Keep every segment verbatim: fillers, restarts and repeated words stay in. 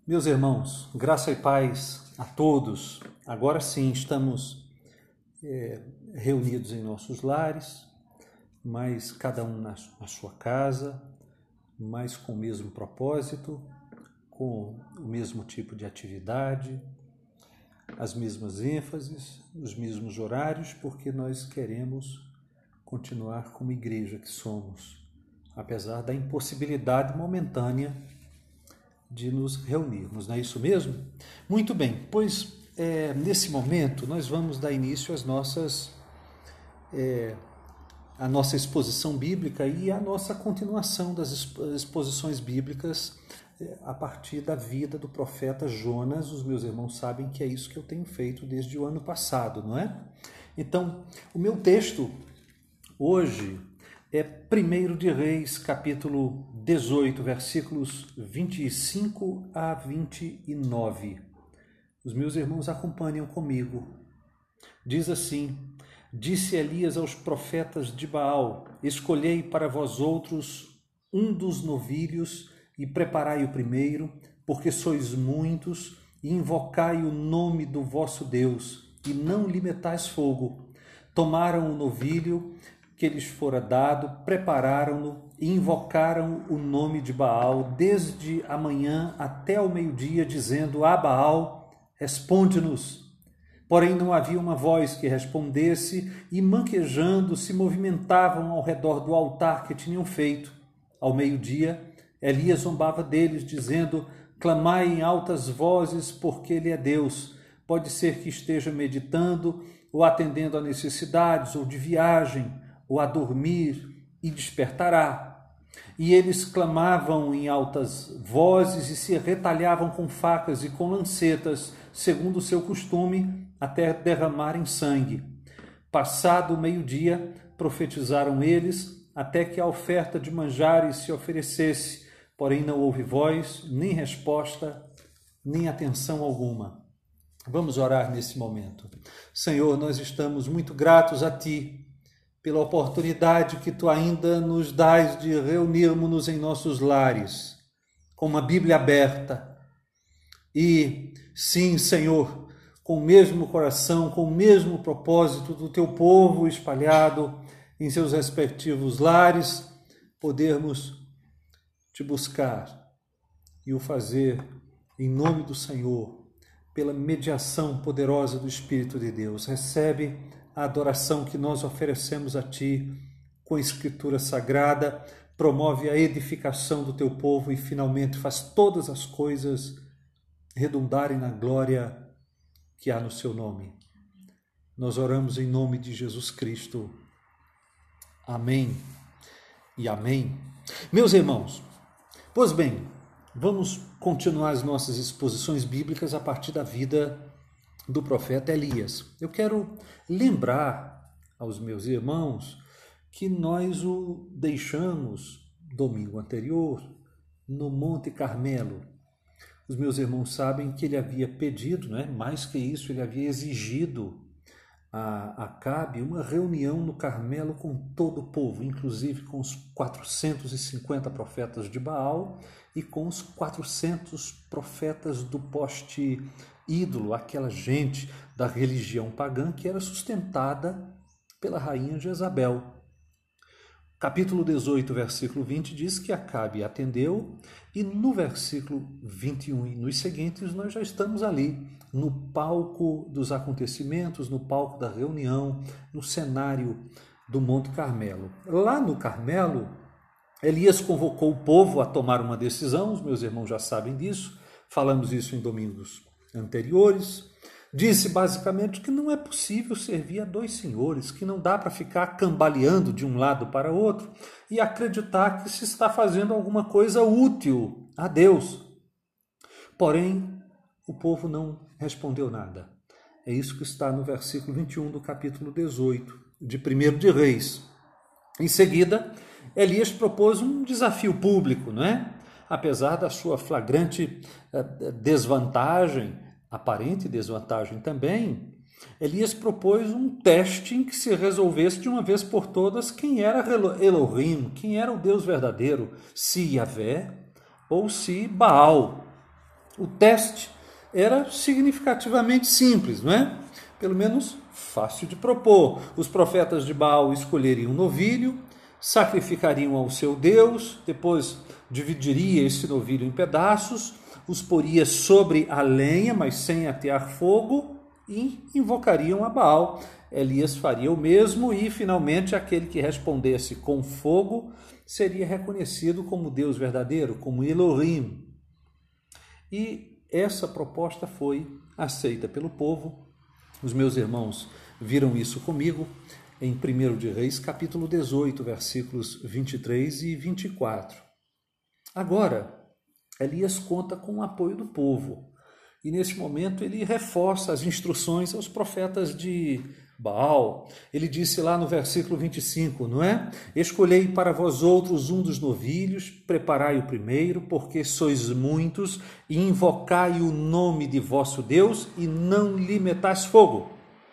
Meus irmãos, graça e paz a todos. Agora sim estamos é, reunidos em nossos lares, mas cada um na, na sua casa, mas com o mesmo propósito, com o mesmo tipo de atividade, as mesmas ênfases, os mesmos horários, porque nós queremos continuar como igreja que somos, apesar da impossibilidade momentânea de nos reunirmos, não é isso mesmo? Muito bem, pois é, nesse momento nós vamos dar início às nossas, é, a nossa exposição bíblica e a nossa continuação das exposições bíblicas é, a partir da vida do profeta Jonas. Os meus irmãos sabem que é isso que eu tenho feito desde o ano passado, não é? Então, o meu texto hoje é primeiro de Reis, capítulo dezoito, versículos vinte e cinco a vinte e nove. Os meus irmãos acompanham comigo. Diz assim: Disse Elias aos profetas de Baal: Escolhei para vós outros um dos novilhos e preparai o primeiro, porque sois muitos, e invocai o nome do vosso Deus, e não lhe metais fogo. Tomaram o novilho que lhes fora dado, prepararam-no e invocaram o nome de Baal desde a manhã até ao meio-dia, dizendo: a Baal, responde-nos. Porém não havia uma voz que respondesse, e manquejando se movimentavam ao redor do altar que tinham feito. Ao meio-dia, Elias zombava deles, dizendo: clamai em altas vozes, porque ele é Deus. Pode ser que esteja meditando, ou atendendo a necessidades, ou de viagem, ou a dormir, e despertará. E eles clamavam em altas vozes e se retalhavam com facas e com lancetas, segundo o seu costume, até derramarem sangue. Passado o meio-dia, profetizaram eles, até que a oferta de manjares se oferecesse, porém não houve voz, nem resposta, nem atenção alguma. Vamos orar nesse momento. Senhor, nós estamos muito gratos a Ti, pela oportunidade que Tu ainda nos dás de reunirmos-nos em nossos lares, com uma Bíblia aberta. E, sim, Senhor, com o mesmo coração, com o mesmo propósito do Teu povo espalhado em seus respectivos lares, podermos Te buscar e o fazer em nome do Senhor, pela mediação poderosa do Espírito de Deus. Recebe a adoração que nós oferecemos a Ti com a Escritura Sagrada, promove a edificação do Teu povo e finalmente faz todas as coisas redundarem na glória que há no Seu nome. Nós oramos em nome de Jesus Cristo. Amém e amém. Meus irmãos, pois bem, vamos continuar as nossas exposições bíblicas a partir da vida do profeta Elias. Eu quero lembrar aos meus irmãos que nós o deixamos domingo anterior no Monte Carmelo. Os meus irmãos sabem que ele havia pedido, né? Mais que isso, ele havia exigido a Acabe uma reunião no Carmelo com todo o povo, inclusive com os quatrocentos e cinquenta profetas de Baal e com os quatrocentos profetas do poste ídolo, aquela gente da religião pagã que era sustentada pela rainha Jezabel. Capítulo dezoito, versículo vinte diz que Acabe atendeu, e no versículo vinte e um e nos seguintes nós já estamos ali, no palco dos acontecimentos, no palco da reunião, no cenário do Monte Carmelo. Lá no Carmelo, Elias convocou o povo a tomar uma decisão, os meus irmãos já sabem disso, falamos isso em domingos anteriores. Disse basicamente que não é possível servir a dois senhores, que não dá para ficar cambaleando de um lado para outro e acreditar que se está fazendo alguma coisa útil a Deus. Porém, o povo não respondeu nada. É isso que está no versículo vinte e um do capítulo dezoito de primeiro de Reis. Em seguida, Elias propôs um desafio público, não é? Apesar da sua flagrante desvantagem, aparente desvantagem também, Elias propôs um teste em que se resolvesse de uma vez por todas quem era Elohim, quem era o Deus verdadeiro, se Yahvé ou se Baal. O teste era significativamente simples, não é? Pelo menos fácil de propor. Os profetas de Baal escolheriam um novilho, sacrificariam ao seu Deus, depois dividiria esse novilho em pedaços, os poria sobre a lenha, mas sem atear fogo, e invocariam a Baal. Elias faria o mesmo e, finalmente, aquele que respondesse com fogo seria reconhecido como Deus verdadeiro, como Elohim. E essa proposta foi aceita pelo povo. Os meus irmãos viram isso comigo em primeiro de Reis, capítulo dezoito, versículos vinte e três e vinte e quatro. Agora, Elias conta com o apoio do povo. E nesse momento ele reforça as instruções aos profetas de Baal. Ele disse lá no versículo vinte e cinco, não é? Escolhei para vós outros um dos novilhos, preparai o primeiro, porque sois muitos, e invocai o nome de vosso Deus, e não lhe metais fogo.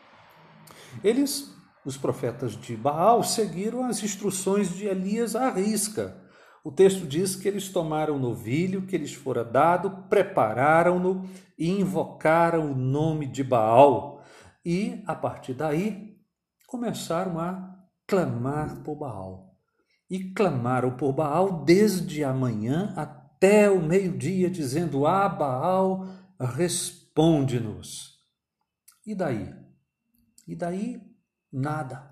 Eles, os profetas de Baal, seguiram as instruções de Elias à risca. O texto diz que eles tomaram o novilho que lhes fora dado, prepararam-no e invocaram o nome de Baal. E, a partir daí, começaram a clamar por Baal. E clamaram por Baal desde a manhã até o meio-dia, dizendo: Ah, Baal, responde-nos. E daí? E daí, nada.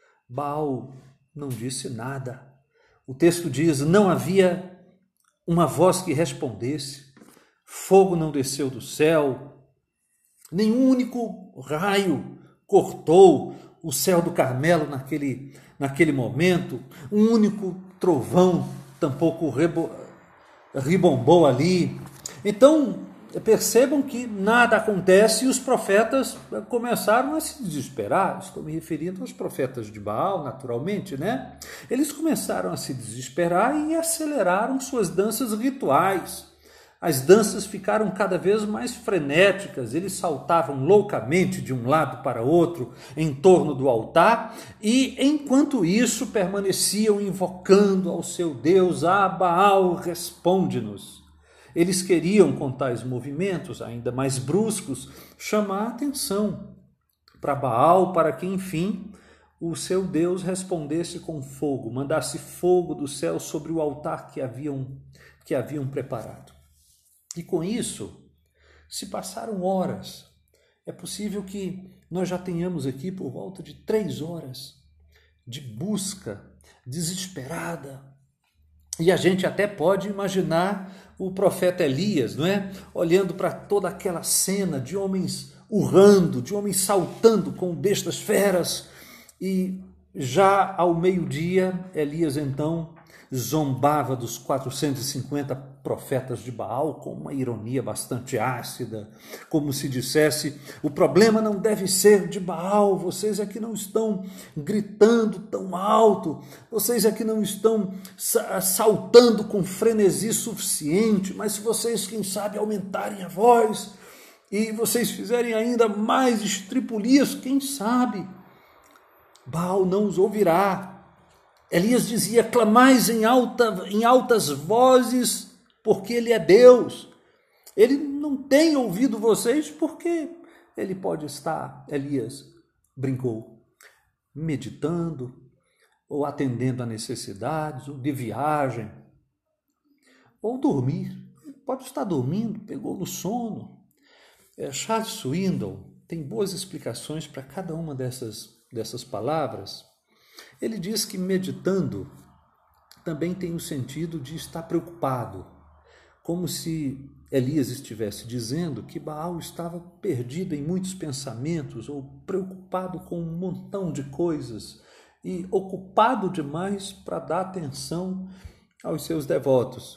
Baal não disse nada. O texto diz: não havia uma voz que respondesse, fogo não desceu do céu, nenhum único raio cortou o céu do Carmelo naquele, naquele momento, um único trovão tampouco rebo, ribombou ali. Então, percebam que nada acontece e os profetas começaram a se desesperar. Estou me referindo aos profetas de Baal, naturalmente, né? Eles começaram a se desesperar e aceleraram suas danças rituais. As danças ficaram cada vez mais frenéticas, eles saltavam loucamente de um lado para outro em torno do altar e, enquanto isso, permaneciam invocando ao seu Deus: Ah, Baal, responde-nos. Eles queriam, com tais movimentos ainda mais bruscos, chamar a atenção para Baal, para que, enfim, o seu Deus respondesse com fogo, mandasse fogo do céu sobre o altar que haviam, que haviam preparado. E com isso, se passaram horas. É possível que nós já tenhamos aqui por volta de três horas de busca desesperada. E a gente até pode imaginar o profeta Elias, não é? Olhando para toda aquela cena de homens urrando, de homens saltando com bestas feras. E já ao meio-dia, Elias então zombava dos quatrocentos e cinquenta profetas de Baal com uma ironia bastante ácida, como se dissesse: o problema não deve ser de Baal, vocês é que não estão gritando tão alto, vocês é que não estão saltando com frenesi suficiente, mas se vocês, quem sabe, aumentarem a voz e vocês fizerem ainda mais estripulias, quem sabe, Baal não os ouvirá. Elias dizia: clamais em, alta, em altas vozes, porque ele é Deus. Ele não tem ouvido vocês porque ele pode estar, Elias brincou, meditando, ou atendendo a necessidades, ou de viagem, ou dormir. Ele pode estar dormindo, pegou no sono. É, Charles Swindoll tem boas explicações para cada uma dessas, dessas palavras. Ele diz que meditando também tem o sentido de estar preocupado, como se Elias estivesse dizendo que Baal estava perdido em muitos pensamentos ou preocupado com um montão de coisas e ocupado demais para dar atenção aos seus devotos.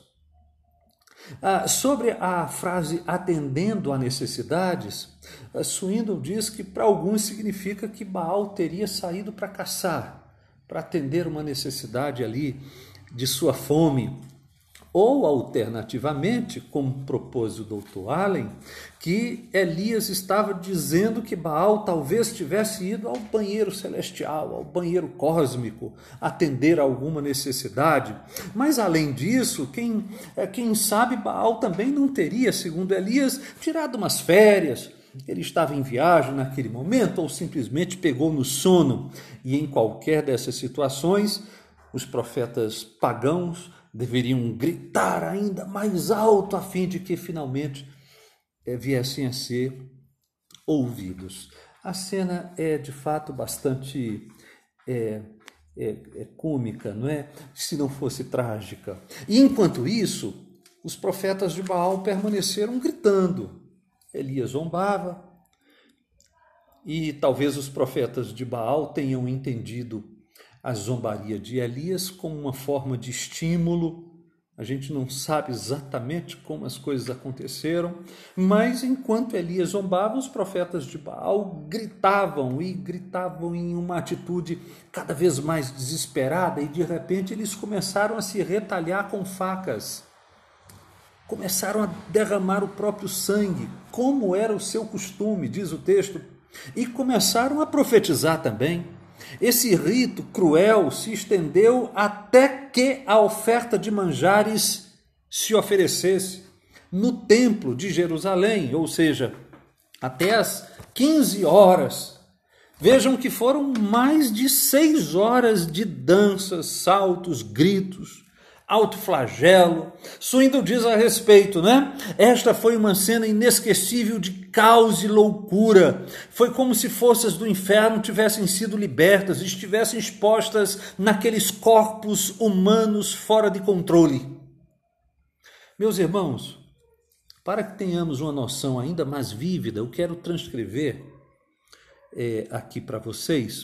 Ah, sobre a frase atendendo a necessidades, Swindoll diz que para alguns significa que Baal teria saído para caçar, para atender uma necessidade ali de sua fome, Ou, alternativamente, como propôs o doutor Allen, que Elias estava dizendo que Baal talvez tivesse ido ao banheiro celestial, ao banheiro cósmico, atender a alguma necessidade. Mas, além disso, quem, quem sabe Baal também não teria, segundo Elias, tirado umas férias. Ele estava em viagem naquele momento ou simplesmente pegou no sono. E em qualquer dessas situações, os profetas pagãos deveriam gritar ainda mais alto a fim de que finalmente é, viessem a ser ouvidos. A cena é de fato bastante é, é, é cômica, não é? Se não fosse trágica. E enquanto isso, os profetas de Baal permaneceram gritando. Elias zombava e talvez os profetas de Baal tenham entendido a zombaria de Elias como uma forma de estímulo. A gente não sabe exatamente como as coisas aconteceram, mas enquanto Elias zombava, os profetas de Baal gritavam e gritavam em uma atitude cada vez mais desesperada e de repente eles começaram a se retalhar com facas. Começaram a derramar o próprio sangue, como era o seu costume, diz o texto, e começaram a profetizar também. Esse rito cruel se estendeu até que a oferta de manjares se oferecesse no templo de Jerusalém, ou seja, até as quinze horas. Vejam que foram mais de seis horas de danças, saltos, gritos, alto flagelo. Swinton diz a respeito, né? Esta foi uma cena inesquecível de caos e loucura. Foi como se forças do inferno tivessem sido libertas, estivessem expostas naqueles corpos humanos fora de controle. Meus irmãos, para que tenhamos uma noção ainda mais vívida, eu quero transcrever é, aqui para vocês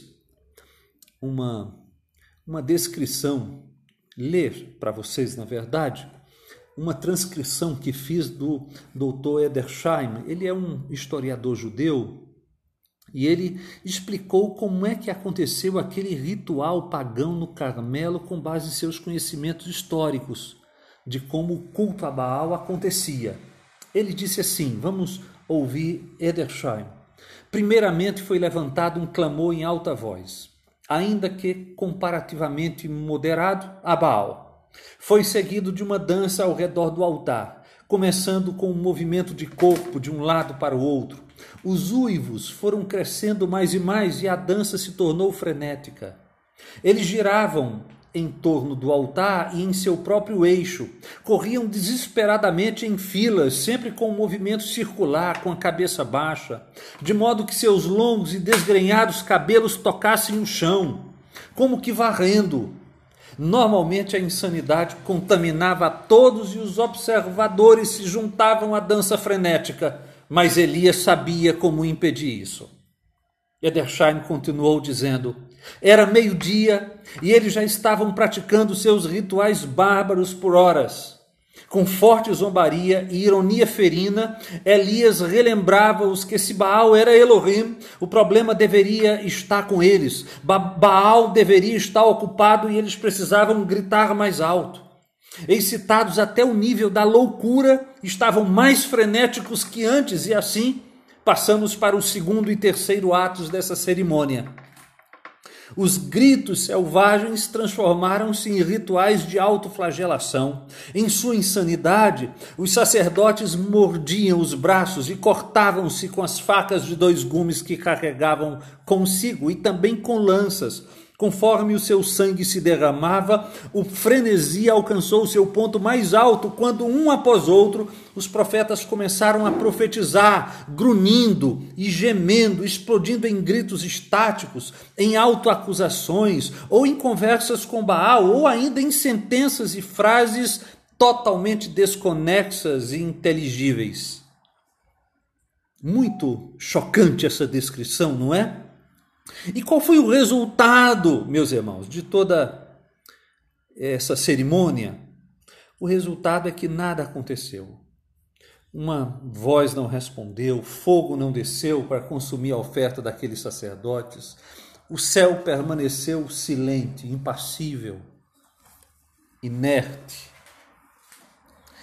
uma, uma descrição, ler para vocês, na verdade, uma transcrição que fiz do doutor Edersheim. Ele é um historiador judeu e ele explicou como é que aconteceu aquele ritual pagão no Carmelo com base em seus conhecimentos históricos de como o culto a Baal acontecia. Ele disse assim, vamos ouvir Edersheim. Primeiramente foi levantado um clamor em alta voz, ainda que comparativamente moderado, a Baal. Foi seguido de uma dança ao redor do altar, começando com um movimento de corpo de um lado para o outro. Os uivos foram crescendo mais e mais e a dança se tornou frenética. Eles giravam em torno do altar e em seu próprio eixo, corriam desesperadamente em filas, sempre com um movimento circular, com a cabeça baixa, de modo que seus longos e desgrenhados cabelos tocassem o chão, como que varrendo. Normalmente a insanidade contaminava a todos e os observadores se juntavam à dança frenética, mas Elias sabia como impedir isso. Edersheim continuou dizendo, era meio-dia e eles já estavam praticando seus rituais bárbaros por horas. Com forte zombaria e ironia ferina, Elias relembrava-os que se Baal era Elohim, o problema deveria estar com eles. Ba- Baal deveria estar ocupado e eles precisavam gritar mais alto. Excitados até o nível da loucura, estavam mais frenéticos que antes e assim passamos para o segundo e terceiro atos dessa cerimônia. Os gritos selvagens transformaram-se em rituais de autoflagelação. Em sua insanidade, os sacerdotes mordiam os braços e cortavam-se com as facas de dois gumes que carregavam consigo e também com lanças. Conforme o seu sangue se derramava, o frenesi alcançou o seu ponto mais alto quando, um após outro, os profetas começaram a profetizar, grunhindo e gemendo, explodindo em gritos estáticos, em autoacusações, ou em conversas com Baal, ou ainda em sentenças e frases totalmente desconexas e inteligíveis. Muito chocante essa descrição, não é? E qual foi o resultado, meus irmãos, de toda essa cerimônia? O resultado é que nada aconteceu. Uma voz não respondeu, fogo não desceu para consumir a oferta daqueles sacerdotes. O céu permaneceu silente, impassível, inerte.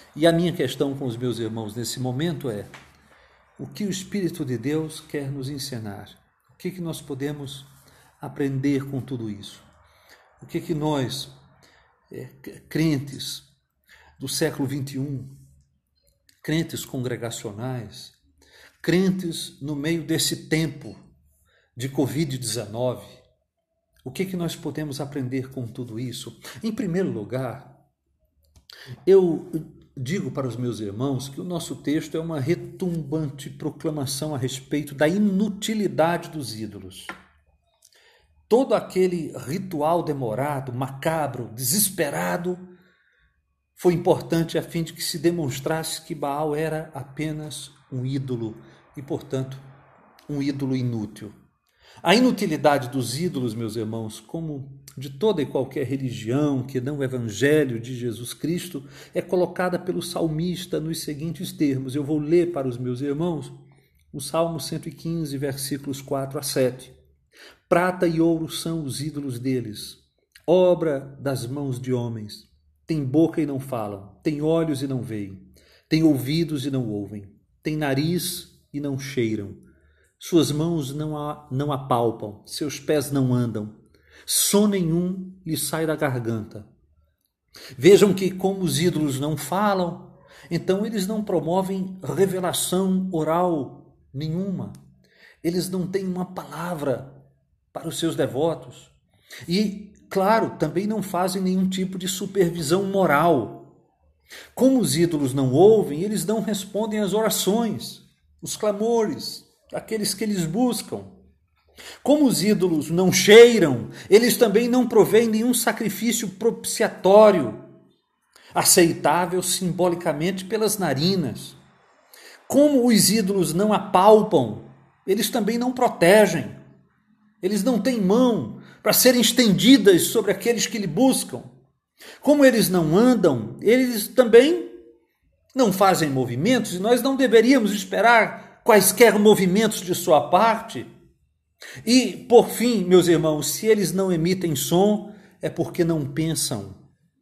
E a minha questão com os meus irmãos nesse momento é: o que o Espírito de Deus quer nos ensinar? O que, que nós podemos aprender com tudo isso? O que, que nós, é, crentes do século vinte e um, crentes congregacionais, crentes no meio desse tempo de covid dezenove, o que, que nós podemos aprender com tudo isso? Em primeiro lugar, eu digo para os meus irmãos que o nosso texto é uma retumbante proclamação a respeito da inutilidade dos ídolos. Todo aquele ritual demorado, macabro, desesperado, foi importante a fim de que se demonstrasse que Baal era apenas um ídolo e, portanto, um ídolo inútil. A inutilidade dos ídolos, meus irmãos, como de toda e qualquer religião que não o Evangelho de Jesus Cristo, é colocada pelo salmista nos seguintes termos. Eu vou ler para os meus irmãos o Salmo cento e quinze, versículos quatro a sete. Prata e ouro são os ídolos deles, obra das mãos de homens. Tem boca e não falam, tem olhos e não veem, tem ouvidos e não ouvem, tem nariz e não cheiram. Suas mãos não, a, não apalpam, seus pés não andam, som nenhum lhe sai da garganta. Vejam que, como os ídolos não falam, então eles não promovem revelação oral nenhuma. Eles não têm uma palavra para os seus devotos. E, claro, também não fazem nenhum tipo de supervisão moral. Como os ídolos não ouvem, eles não respondem às orações, os clamores, aqueles que eles buscam. Como os ídolos não cheiram, eles também não provêm nenhum sacrifício propiciatório, aceitável simbolicamente pelas narinas. Como os ídolos não apalpam, eles também não protegem. Eles não têm mão para serem estendidas sobre aqueles que lhe buscam. Como eles não andam, eles também não fazem movimentos, e nós não deveríamos esperar quaisquer movimentos de sua parte. E, por fim, meus irmãos, se eles não emitem som, é porque não pensam.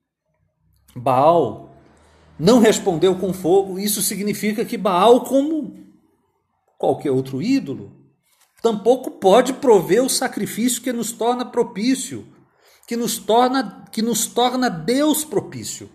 Baal não respondeu com fogo, isso significa que Baal, como qualquer outro ídolo, tampouco pode prover o sacrifício que nos torna propício, que nos torna, que nos torna Deus propício.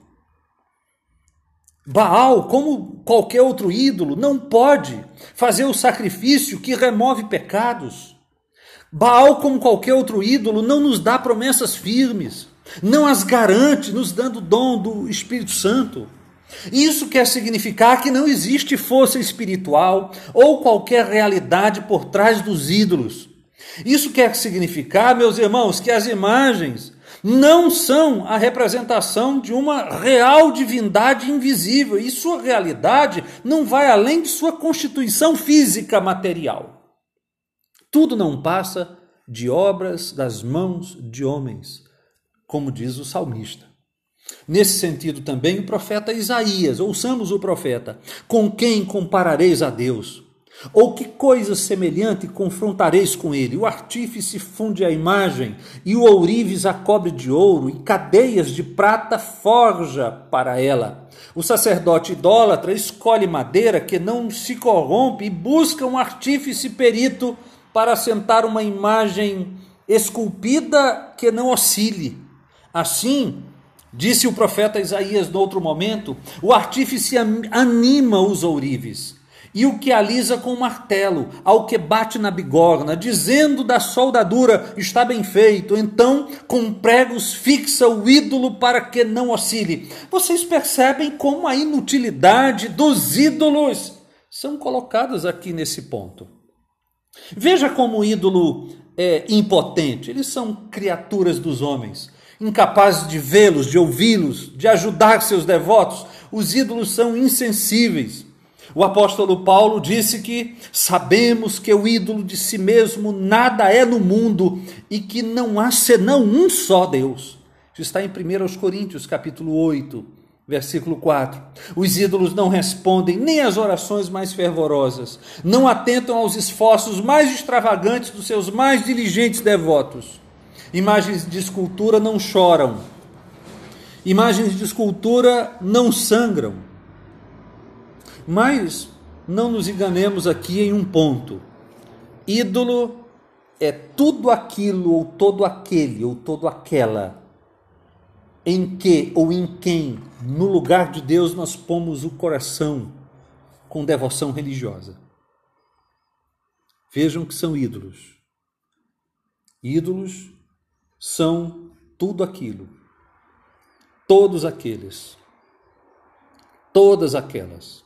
Baal, como qualquer outro ídolo, não pode fazer o sacrifício que remove pecados. Baal, como qualquer outro ídolo, não nos dá promessas firmes, não as garante, nos dando o dom do Espírito Santo. Isso quer significar que não existe força espiritual ou qualquer realidade por trás dos ídolos. Isso quer significar, meus irmãos, que as imagens não são a representação de uma real divindade invisível, e sua realidade não vai além de sua constituição física material. Tudo não passa de obras das mãos de homens, como diz o salmista. Nesse sentido também o profeta Isaías, ouçamos o profeta: com quem comparareis a Deus? Ou que coisa semelhante confrontareis com ele? O artífice funde a imagem, e o ourives a cobre de ouro, e cadeias de prata forja para ela. O sacerdote idólatra escolhe madeira que não se corrompe e busca um artífice perito para assentar uma imagem esculpida que não oscile. Assim, disse o profeta Isaías no outro momento, o artífice anima os ourives, e o que alisa com martelo, ao que bate na bigorna, dizendo da soldadura, está bem feito, então com pregos fixa o ídolo para que não oscile. Vocês percebem como a inutilidade dos ídolos são colocadas aqui nesse ponto. Veja como o ídolo é impotente, eles são criaturas dos homens, incapazes de vê-los, de ouvi-los, de ajudar seus devotos. Os ídolos são insensíveis. O apóstolo Paulo disse que sabemos que o ídolo de si mesmo nada é no mundo e que não há senão um só Deus. Isso está em primeira Coríntios, capítulo oito, versículo quatro. Os ídolos não respondem nem às orações mais fervorosas, não atentam aos esforços mais extravagantes dos seus mais diligentes devotos. Imagens de escultura não choram. Imagens de escultura não sangram. Mas não nos enganemos aqui em um ponto. Ídolo é tudo aquilo, ou todo aquele, ou todo aquela, em que ou em quem, no lugar de Deus, nós pomos o coração com devoção religiosa. Vejam que são ídolos. Ídolos são tudo aquilo, todos aqueles, todas aquelas,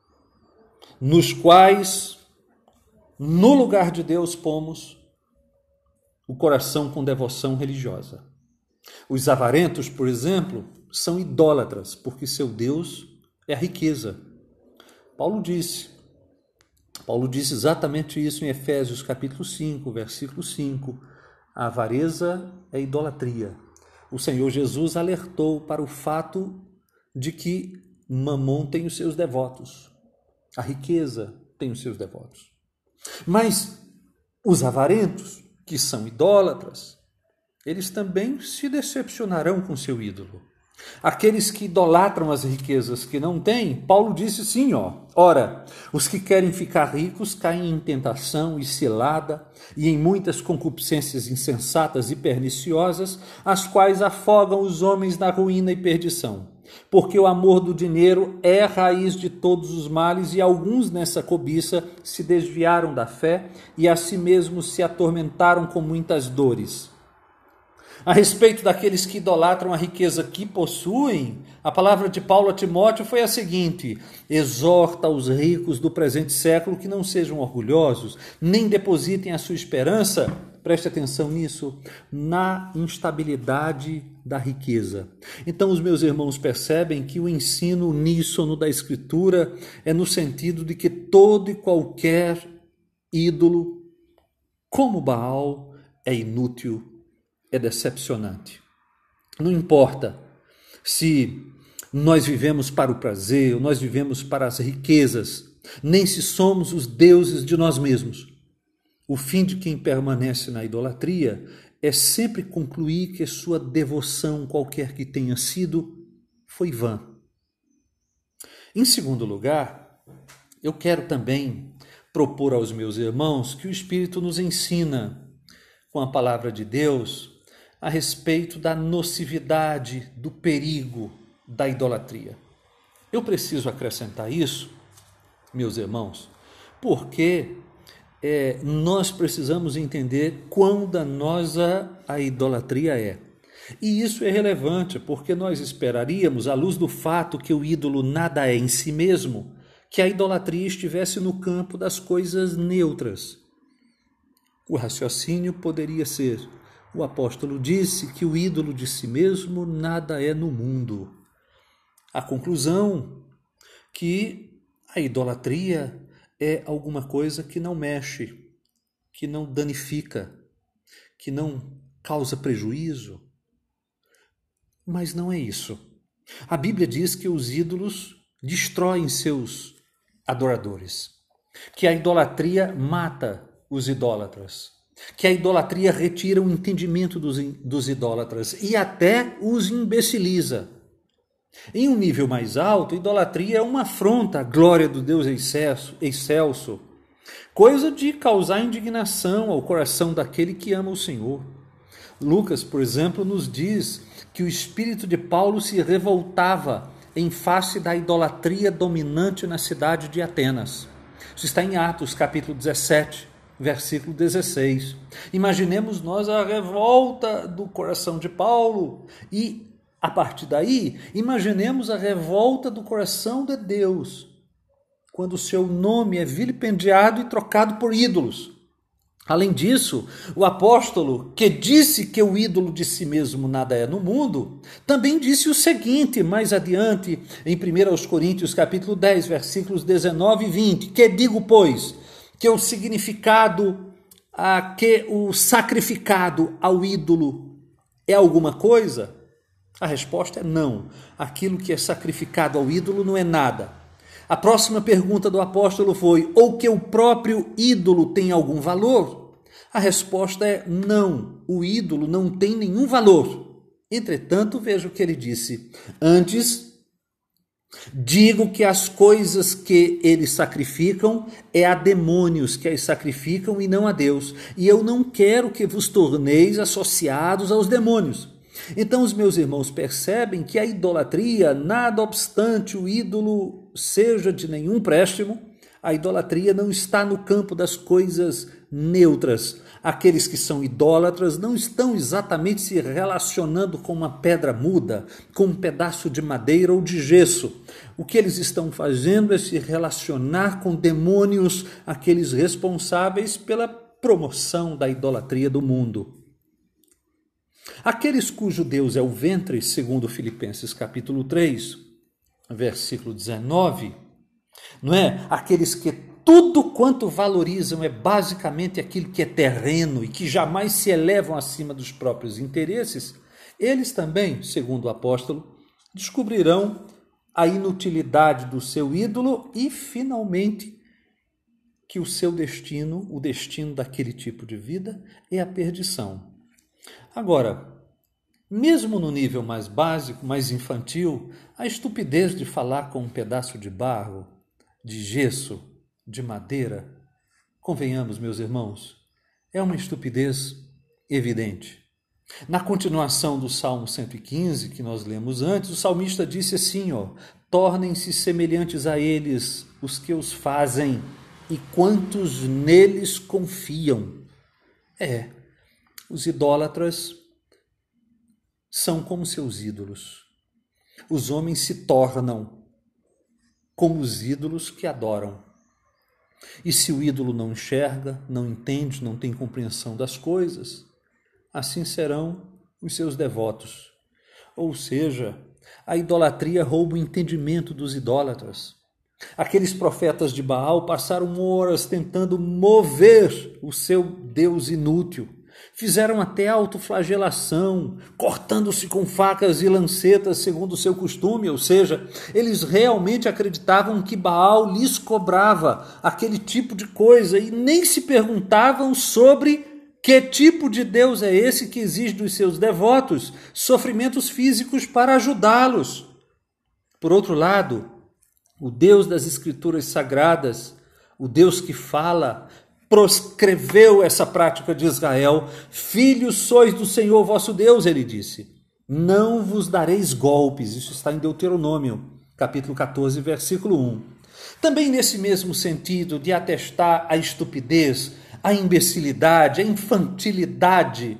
nos quais, no lugar de Deus, pomos o coração com devoção religiosa. Os avarentos, por exemplo, são idólatras, porque seu Deus é a riqueza. Paulo disse, Paulo disse exatamente isso em Efésios capítulo cinco, versículo cinco. A avareza é idolatria. O Senhor Jesus alertou para o fato de que Mamon tem os seus devotos. A riqueza tem os seus devotos. Mas os avarentos, que são idólatras, eles também se decepcionarão com seu ídolo. Aqueles que idolatram as riquezas que não têm, Paulo disse sim, ó. Ora, os que querem ficar ricos caem em tentação e cilada e em muitas concupiscências insensatas e perniciosas, as quais afogam os homens na ruína e perdição. Porque o amor do dinheiro é a raiz de todos os males e alguns nessa cobiça se desviaram da fé e a si mesmos se atormentaram com muitas dores. A respeito daqueles que idolatram a riqueza que possuem, a palavra de Paulo a Timóteo foi a seguinte: exorta os ricos do presente século que não sejam orgulhosos, nem depositem a sua esperança, preste atenção nisso, na instabilidade da riqueza. Então os meus irmãos percebem que o ensino uníssono da Escritura é no sentido de que todo e qualquer ídolo, como Baal, é inútil, é decepcionante. Não importa se nós vivemos para o prazer, ou nós vivemos para as riquezas, nem se somos os deuses de nós mesmos. O fim de quem permanece na idolatria é sempre concluir que sua devoção, qualquer que tenha sido, foi vã. Em segundo lugar, eu quero também propor aos meus irmãos que o Espírito nos ensina, com a palavra de Deus, a respeito da nocividade, do perigo da idolatria. Eu preciso acrescentar isso, meus irmãos, porque é, nós precisamos entender quão danosa a idolatria é. E isso é relevante, porque nós esperaríamos, à luz do fato que o ídolo nada é em si mesmo, que a idolatria estivesse no campo das coisas neutras. O raciocínio poderia ser: o apóstolo disse que o ídolo de si mesmo nada é no mundo. A conclusão que a idolatria é alguma coisa que não mexe, que não danifica, que não causa prejuízo. Mas não é isso. A Bíblia diz que os ídolos destroem seus adoradores, que a idolatria mata os idólatras, que a idolatria retira o entendimento dos, dos idólatras e até os imbeciliza. Em um nível mais alto, a idolatria é uma afronta à glória do Deus excelso, excelso, coisa de causar indignação ao coração daquele que ama o Senhor. Lucas, por exemplo, nos diz que o espírito de Paulo se revoltava em face da idolatria dominante na cidade de Atenas. Isso está em Atos, capítulo dezessete. Versículo dezesseis. Imaginemos nós a revolta do coração de Paulo e, a partir daí, imaginemos a revolta do coração de Deus, quando o seu nome é vilipendiado e trocado por ídolos. Além disso, o apóstolo, que disse que o ídolo de si mesmo nada é no mundo, também disse o seguinte, mais adiante, em primeira Coríntios, capítulo dez, versículos dezenove e vinte, que digo, pois, que o significado, a, que o sacrificado ao ídolo é alguma coisa? A resposta é não. Aquilo que é sacrificado ao ídolo não é nada. A próxima pergunta do apóstolo foi: ou que o próprio ídolo tem algum valor? A resposta é não. O ídolo não tem nenhum valor. Entretanto, veja o que ele disse. Antes, Digo que as coisas que eles sacrificam é a demônios que as sacrificam e não a Deus. E eu não quero que vos torneis associados aos demônios. Então os meus irmãos percebem que a idolatria, nada obstante o ídolo seja de nenhum préstimo, a idolatria não está no campo das coisas neutras. Aqueles que são idólatras não estão exatamente se relacionando com uma pedra muda, com um pedaço de madeira ou de gesso. O que eles estão fazendo é se relacionar com demônios, aqueles responsáveis pela promoção da idolatria do mundo. Aqueles cujo Deus é o ventre, segundo Filipenses capítulo três, versículo dezenove, não é? Aqueles que tudo quanto valorizam é basicamente aquilo que é terreno e que jamais se elevam acima dos próprios interesses, eles também, segundo o apóstolo, descobrirão a inutilidade do seu ídolo e, finalmente, que o seu destino, o destino daquele tipo de vida, é a perdição. Agora, mesmo no nível mais básico, mais infantil, a estupidez de falar com um pedaço de barro, de gesso, de madeira, convenhamos, meus irmãos, é uma estupidez evidente. Na continuação do Salmo cento e quinze, que nós lemos antes, o salmista disse assim, ó, tornem-se semelhantes a eles os que os fazem e quantos neles confiam. É, os idólatras são como seus ídolos. Os homens se tornam como os ídolos que adoram. E se o ídolo não enxerga, não entende, não tem compreensão das coisas, assim serão os seus devotos. Ou seja, a idolatria rouba o entendimento dos idólatras. Aqueles profetas de Baal passaram horas tentando mover o seu Deus inútil. Fizeram até autoflagelação, cortando-se com facas e lancetas segundo o seu costume, ou seja, eles realmente acreditavam que Baal lhes cobrava aquele tipo de coisa e nem se perguntavam sobre que tipo de Deus é esse que exige dos seus devotos sofrimentos físicos para ajudá-los. Por outro lado, o Deus das Escrituras Sagradas, o Deus que fala, proscreveu essa prática de Israel. Filhos sois do Senhor vosso Deus, ele disse. Não vos dareis golpes. Isso está em Deuteronômio, capítulo catorze, versículo um. Também nesse mesmo sentido de atestar a estupidez, a imbecilidade, a infantilidade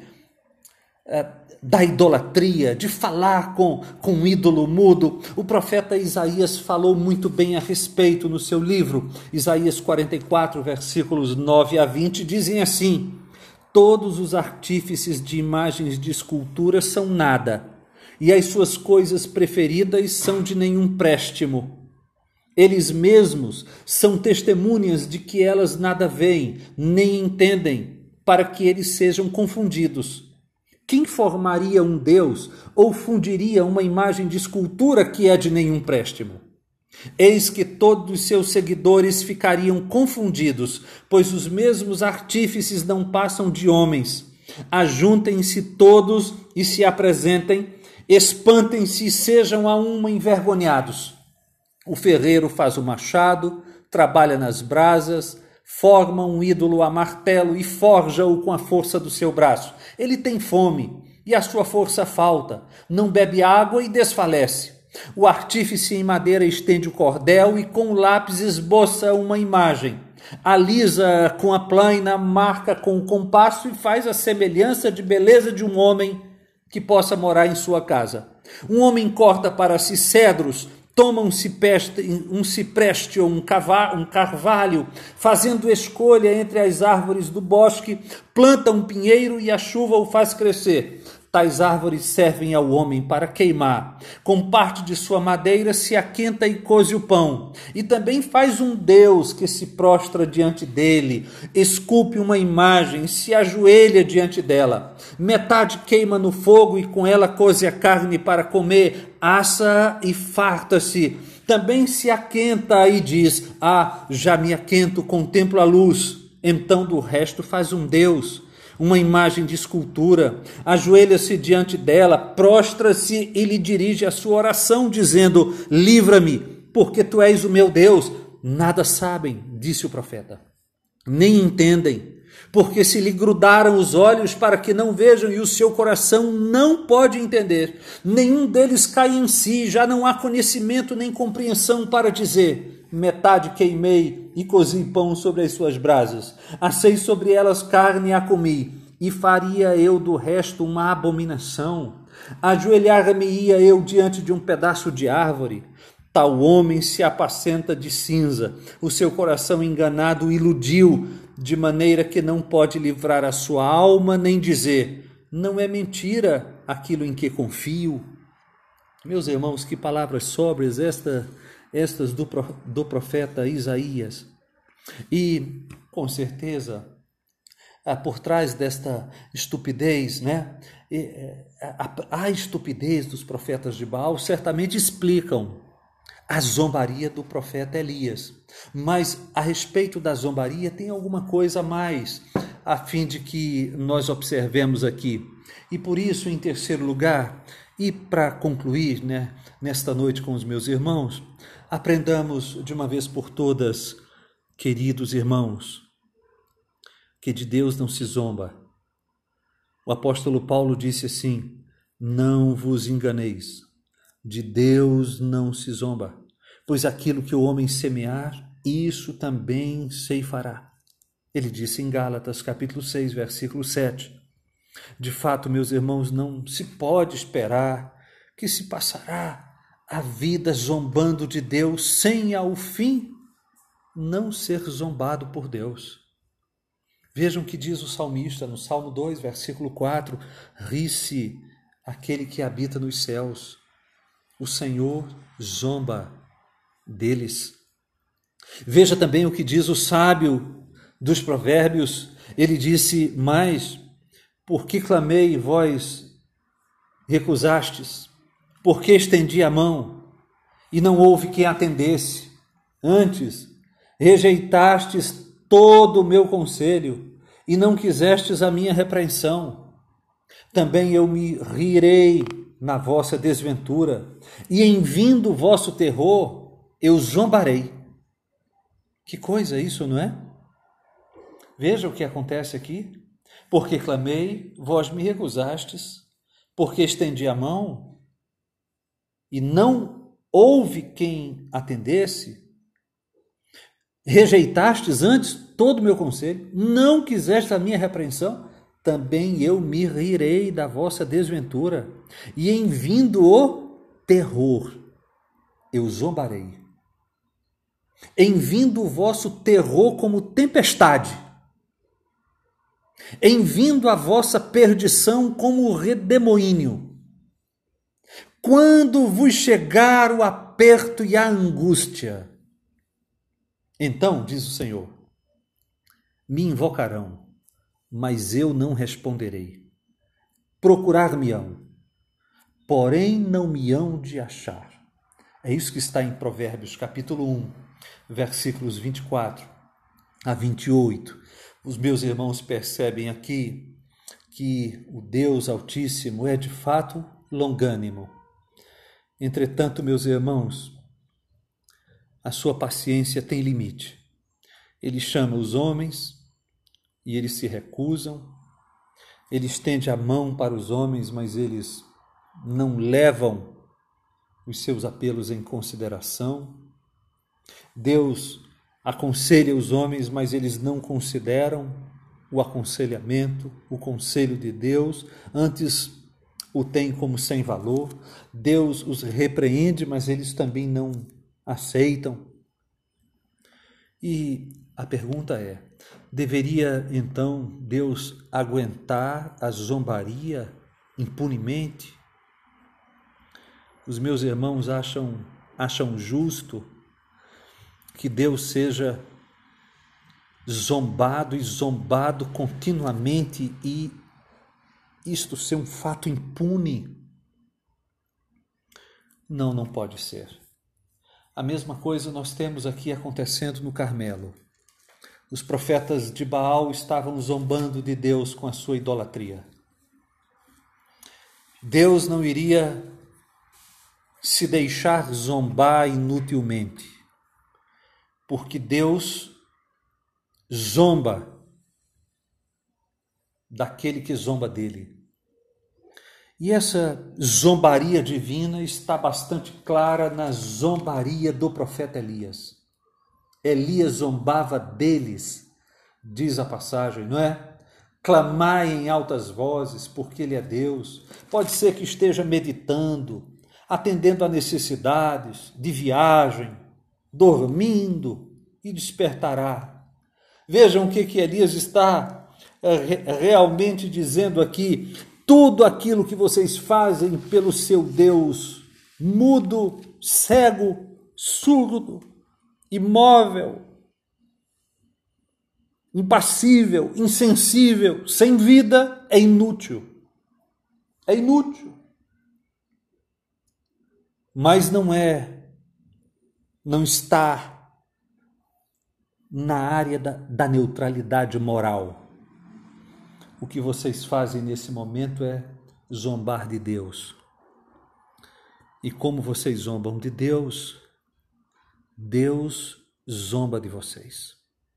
eh, da idolatria, de falar com, com um ídolo mudo, o profeta Isaías falou muito bem a respeito no seu livro. Isaías quarenta e quatro, versículos nove a vinte, dizem assim: todos os artífices de imagens de escultura são nada, e as suas coisas preferidas são de nenhum préstimo. Eles mesmos são testemunhas de que elas nada veem, nem entendem, para que eles sejam confundidos. Quem formaria um Deus ou fundiria uma imagem de escultura que é de nenhum préstimo? Eis que todos os seus seguidores ficariam confundidos, pois os mesmos artífices não passam de homens. Ajuntem-se todos e se apresentem, espantem-se e sejam a uma envergonhados. O ferreiro faz o machado, trabalha nas brasas, forma um ídolo a martelo e forja-o com a força do seu braço. Ele tem fome e a sua força falta, não bebe água e desfalece. O artífice em madeira estende o cordel e com o lápis esboça uma imagem. Alisa com a plaina, marca com o compasso e faz a semelhança de beleza de um homem que possa morar em sua casa. Um homem corta para si cedros, toma um cipreste, um cipreste ou um carvalho, fazendo escolha entre as árvores do bosque, planta um pinheiro e a chuva o faz crescer. Tais árvores servem ao homem para queimar. Com parte de sua madeira se aquenta e coze o pão. E também faz um Deus que se prostra diante dele, esculpe uma imagem e se ajoelha diante dela. Metade queima no fogo e com ela coze a carne para comer, assa e farta-se. Também se aquenta e diz: ah, já me aquento, contemplo a luz. Então do resto faz um Deus. uma imagem de escultura, ajoelha-se diante dela, prostra-se e lhe dirige a sua oração, dizendo: livra-me, porque tu és o meu Deus. Nada sabem, disse o profeta, nem entendem, porque se lhe grudaram os olhos para que não vejam e o seu coração não pode entender. Nenhum deles cai em si, já não há conhecimento nem compreensão para dizer: metade queimei e cozi pão sobre as suas brasas, assei sobre elas carne e a comi, e faria eu do resto uma abominação? Ajoelhar-me-ia eu diante de um pedaço de árvore? Tal homem se apacenta de cinza, o seu coração enganado iludiu, de maneira que não pode livrar a sua alma, nem dizer: não é mentira aquilo em que confio. Meus irmãos, que palavras sóbrias esta, estas do, do profeta Isaías. E, com certeza, por trás desta estupidez, né, a, a estupidez dos profetas de Baal certamente explicam a zombaria do profeta Elias. Mas a respeito da zombaria tem alguma coisa a mais, a fim de que nós observemos aqui. E por isso, em terceiro lugar, e para concluir, né, nesta noite com os meus irmãos, aprendamos de uma vez por todas, queridos irmãos, que de Deus não se zomba. O apóstolo Paulo disse assim: não vos enganeis, de Deus não se zomba, pois aquilo que o homem semear, isso também ceifará. Ele disse em Gálatas, capítulo seis, versículo sete. De fato, meus irmãos, não se pode esperar que se passará a vida zombando de Deus, sem ao fim não ser zombado por Deus. Vejam o que diz o salmista no Salmo dois, versículo quatro: ri-se aquele que habita nos céus, o Senhor zomba deles. Veja também o que diz o sábio dos provérbios. Ele disse mais: por que clamei e vós recusastes? Por que estendi a mão e não houve quem atendesse? Antes rejeitastes todo o meu conselho e não quisestes a minha repreensão. Também eu me rirei na vossa desventura, e em vindo o vosso terror, eu zombarei. Que coisa isso, não é? Veja o que acontece aqui. Porque clamei, vós me recusastes, porque estendi a mão, e não houve quem atendesse. Rejeitastes antes todo o meu conselho, não quiseste a minha repreensão, também eu me rirei da vossa desventura, e em vindo o terror, eu zombarei. Em vindo o vosso terror como tempestade, em vindo a vossa perdição como redemoinho, quando vos chegar o aperto e a angústia, então, diz o Senhor, me invocarão, mas eu não responderei. Procurar-me-ão, porém não me hão de achar. É isso que está em Provérbios, capítulo um, versículos vinte e quatro a vinte e oito. Os meus irmãos percebem aqui que o Deus Altíssimo é de fato longânimo. Entretanto, meus irmãos, a sua paciência tem limite. Ele chama os homens e eles se recusam. Ele estende a mão para os homens, mas eles não levam os seus apelos em consideração. Deus aconselha os homens, mas eles não consideram o aconselhamento, o conselho de Deus, antes o têm como sem valor. Deus os repreende, mas eles também não aceitam. E a pergunta é: deveria então Deus aguentar a zombaria impunemente? Os meus irmãos acham, acham justo que Deus seja zombado e zombado continuamente e isto ser um fato impune? Não, não pode ser. A mesma coisa nós temos aqui acontecendo no Carmelo. Os profetas de Baal estavam zombando de Deus com a sua idolatria. Deus não iria se deixar zombar inutilmente, porque Deus zomba daquele que zomba dele. E essa zombaria divina está bastante clara na zombaria do profeta Elias. Elias zombava deles, diz a passagem, não é? Clamai em altas vozes, porque ele é Deus. Pode ser que esteja meditando, atendendo a necessidades de viagem, dormindo e despertará. Vejam o que, que Elias está realmente dizendo aqui. Tudo aquilo que vocês fazem pelo seu Deus, mudo, cego, surdo, imóvel, impassível, insensível, sem vida, é inútil. É inútil. Mas não é, não está na área da, da neutralidade moral. O que vocês fazem nesse momento é zombar de Deus. E como vocês zombam de Deus, Deus zomba de vocês.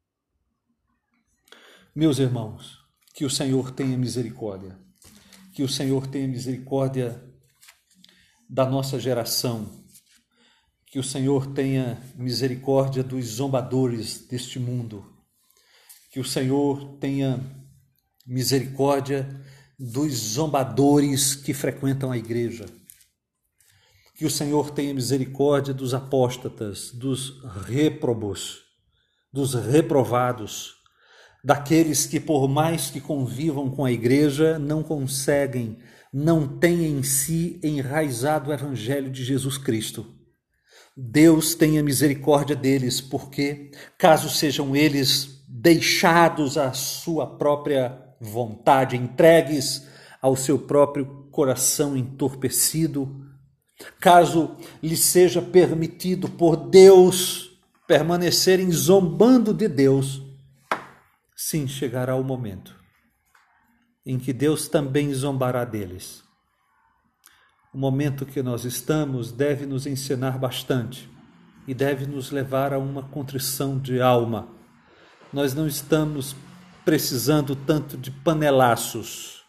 Meus irmãos, que o Senhor tenha misericórdia. Que o Senhor tenha misericórdia da nossa geração. Que o Senhor tenha misericórdia dos zombadores deste mundo. Que o Senhor tenha misericórdia dos zombadores que frequentam a igreja. Que o Senhor tenha misericórdia dos apóstatas, dos réprobos, dos reprovados, daqueles que, por mais que convivam com a igreja, não conseguem, não têm em si enraizado o evangelho de Jesus Cristo. Deus tenha misericórdia deles, porque, caso sejam eles deixados à sua própria vontade, entregues ao seu próprio coração entorpecido, caso lhe seja permitido por Deus permanecerem zombando de Deus, sim, chegará o momento em que Deus também zombará deles. O momento que nós estamos deve nos ensinar bastante e deve nos levar a uma contrição de alma. Nós não estamos precisando tanto de panelaços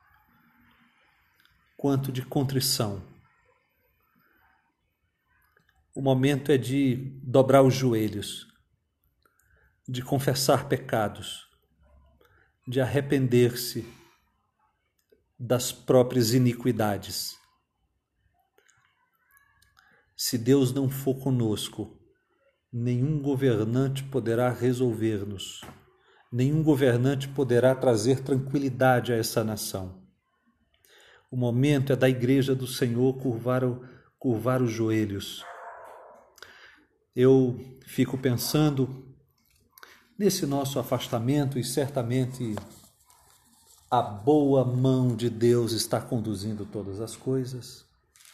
quanto de contrição. O momento é de dobrar os joelhos, de confessar pecados, de arrepender-se das próprias iniquidades. Se Deus não for conosco, nenhum governante poderá resolver-nos. Nenhum governante poderá trazer tranquilidade a essa nação. O momento é da igreja do Senhor curvar, o, curvar os joelhos. Eu fico pensando nesse nosso afastamento e certamente a boa mão de Deus está conduzindo todas as coisas.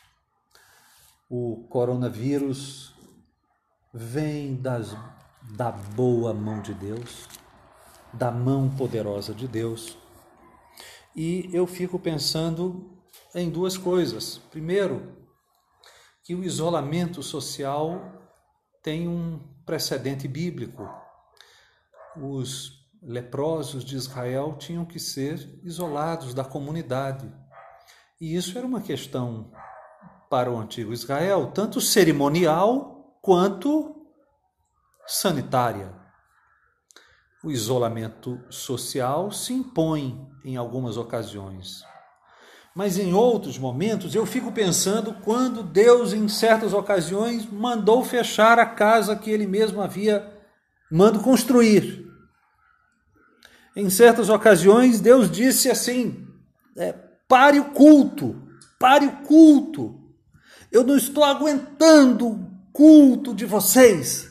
O coronavírus vem das, da boa mão de Deus, da mão poderosa de Deus. E eu fico pensando em duas coisas. Primeiro, que o isolamento social tem um precedente bíblico. Os leprosos de Israel tinham que ser isolados da comunidade. E isso era uma questão para o antigo Israel, tanto cerimonial quanto sanitária. O isolamento social se impõe em algumas ocasiões. Mas em outros momentos eu fico pensando quando Deus, em certas ocasiões, mandou fechar a casa que ele mesmo havia mandado construir. Em certas ocasiões Deus disse assim, é, pare o culto, pare o culto. Eu não estou aguentando o culto de vocês.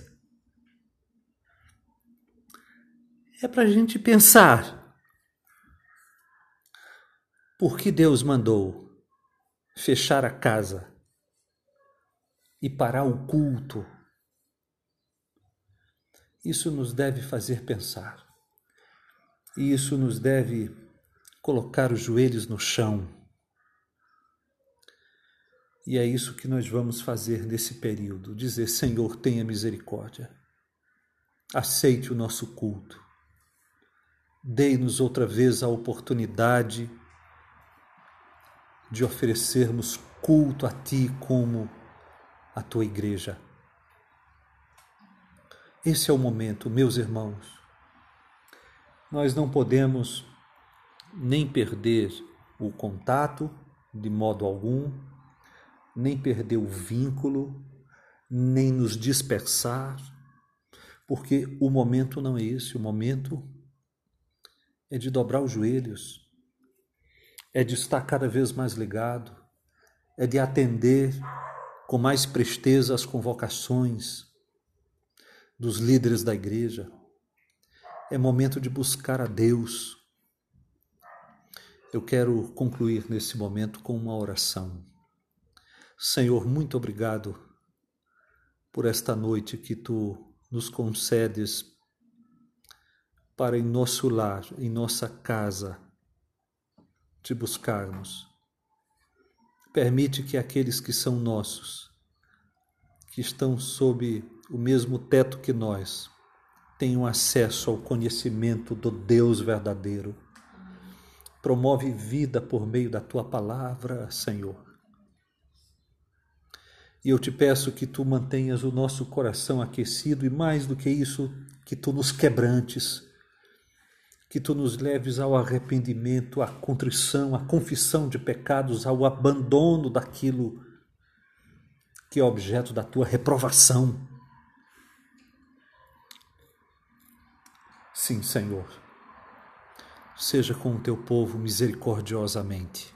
É para a gente pensar. Por que Deus mandou fechar a casa e parar o culto? Isso nos deve fazer pensar. E isso nos deve colocar os joelhos no chão. E é isso que nós vamos fazer nesse período, dizer: Senhor, tenha misericórdia. Aceite o nosso culto. Dê-nos outra vez a oportunidade de oferecermos culto a Ti como a Tua igreja. Esse é o momento, meus irmãos. Nós não podemos nem perder o contato de modo algum, nem perder o vínculo, nem nos dispersar, porque o momento não é esse, o momento é de dobrar os joelhos, é de estar cada vez mais ligado, é de atender com mais presteza as convocações dos líderes da igreja. É momento de buscar a Deus. Eu quero concluir nesse momento com uma oração. Senhor, muito obrigado por esta noite que Tu nos concedes para em nosso lar, em nossa casa, Te buscarmos. Permite que aqueles que são nossos, que estão sob o mesmo teto que nós, tenham acesso ao conhecimento do Deus verdadeiro. Promove vida por meio da Tua palavra, Senhor. E eu te peço que Tu mantenhas o nosso coração aquecido e, mais do que isso, que Tu nos quebrantes, que Tu nos leves ao arrependimento, à contrição, à confissão de pecados, ao abandono daquilo que é objeto da Tua reprovação. Sim, Senhor, seja com o Teu povo misericordiosamente.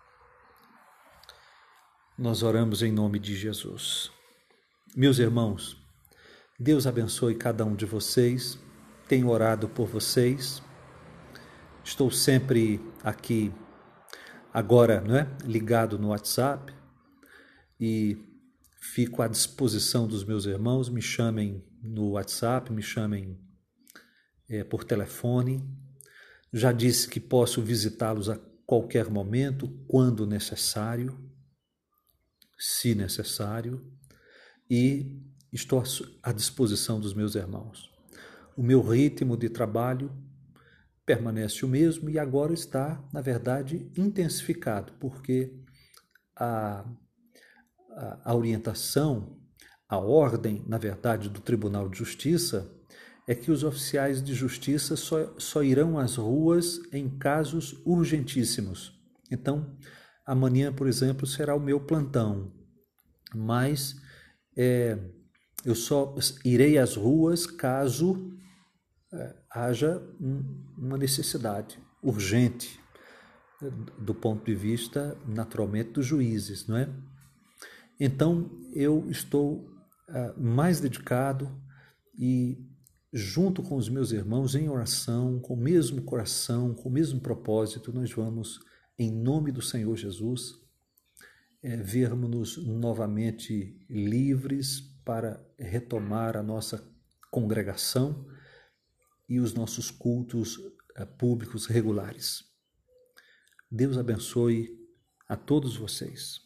Nós oramos em nome de Jesus. Meus irmãos, Deus abençoe cada um de vocês. Tenho orado por vocês. Estou sempre aqui, agora, não é? ligado no WhatsApp e fico à disposição dos meus irmãos. Me chamem no WhatsApp, me chamem é, por telefone. Já disse que posso visitá-los a qualquer momento, quando necessário, se necessário, e estou à disposição dos meus irmãos. O meu ritmo de trabalho permanece o mesmo e agora está, na verdade, intensificado, porque a, a, a orientação, a ordem, na verdade, do Tribunal de Justiça é que os oficiais de justiça só, só irão às ruas em casos urgentíssimos. Então, amanhã, por exemplo, será o meu plantão, mas é, eu só irei às ruas caso é, haja um, uma necessidade urgente, do ponto de vista, naturalmente, dos juízes, não é? Então, eu estou é, mais dedicado e junto com os meus irmãos em oração, com o mesmo coração, com o mesmo propósito, nós vamos, em nome do Senhor Jesus, é, vermos-nos novamente livres para retomar a nossa congregação e os nossos cultos é, públicos regulares. Deus abençoe a todos vocês.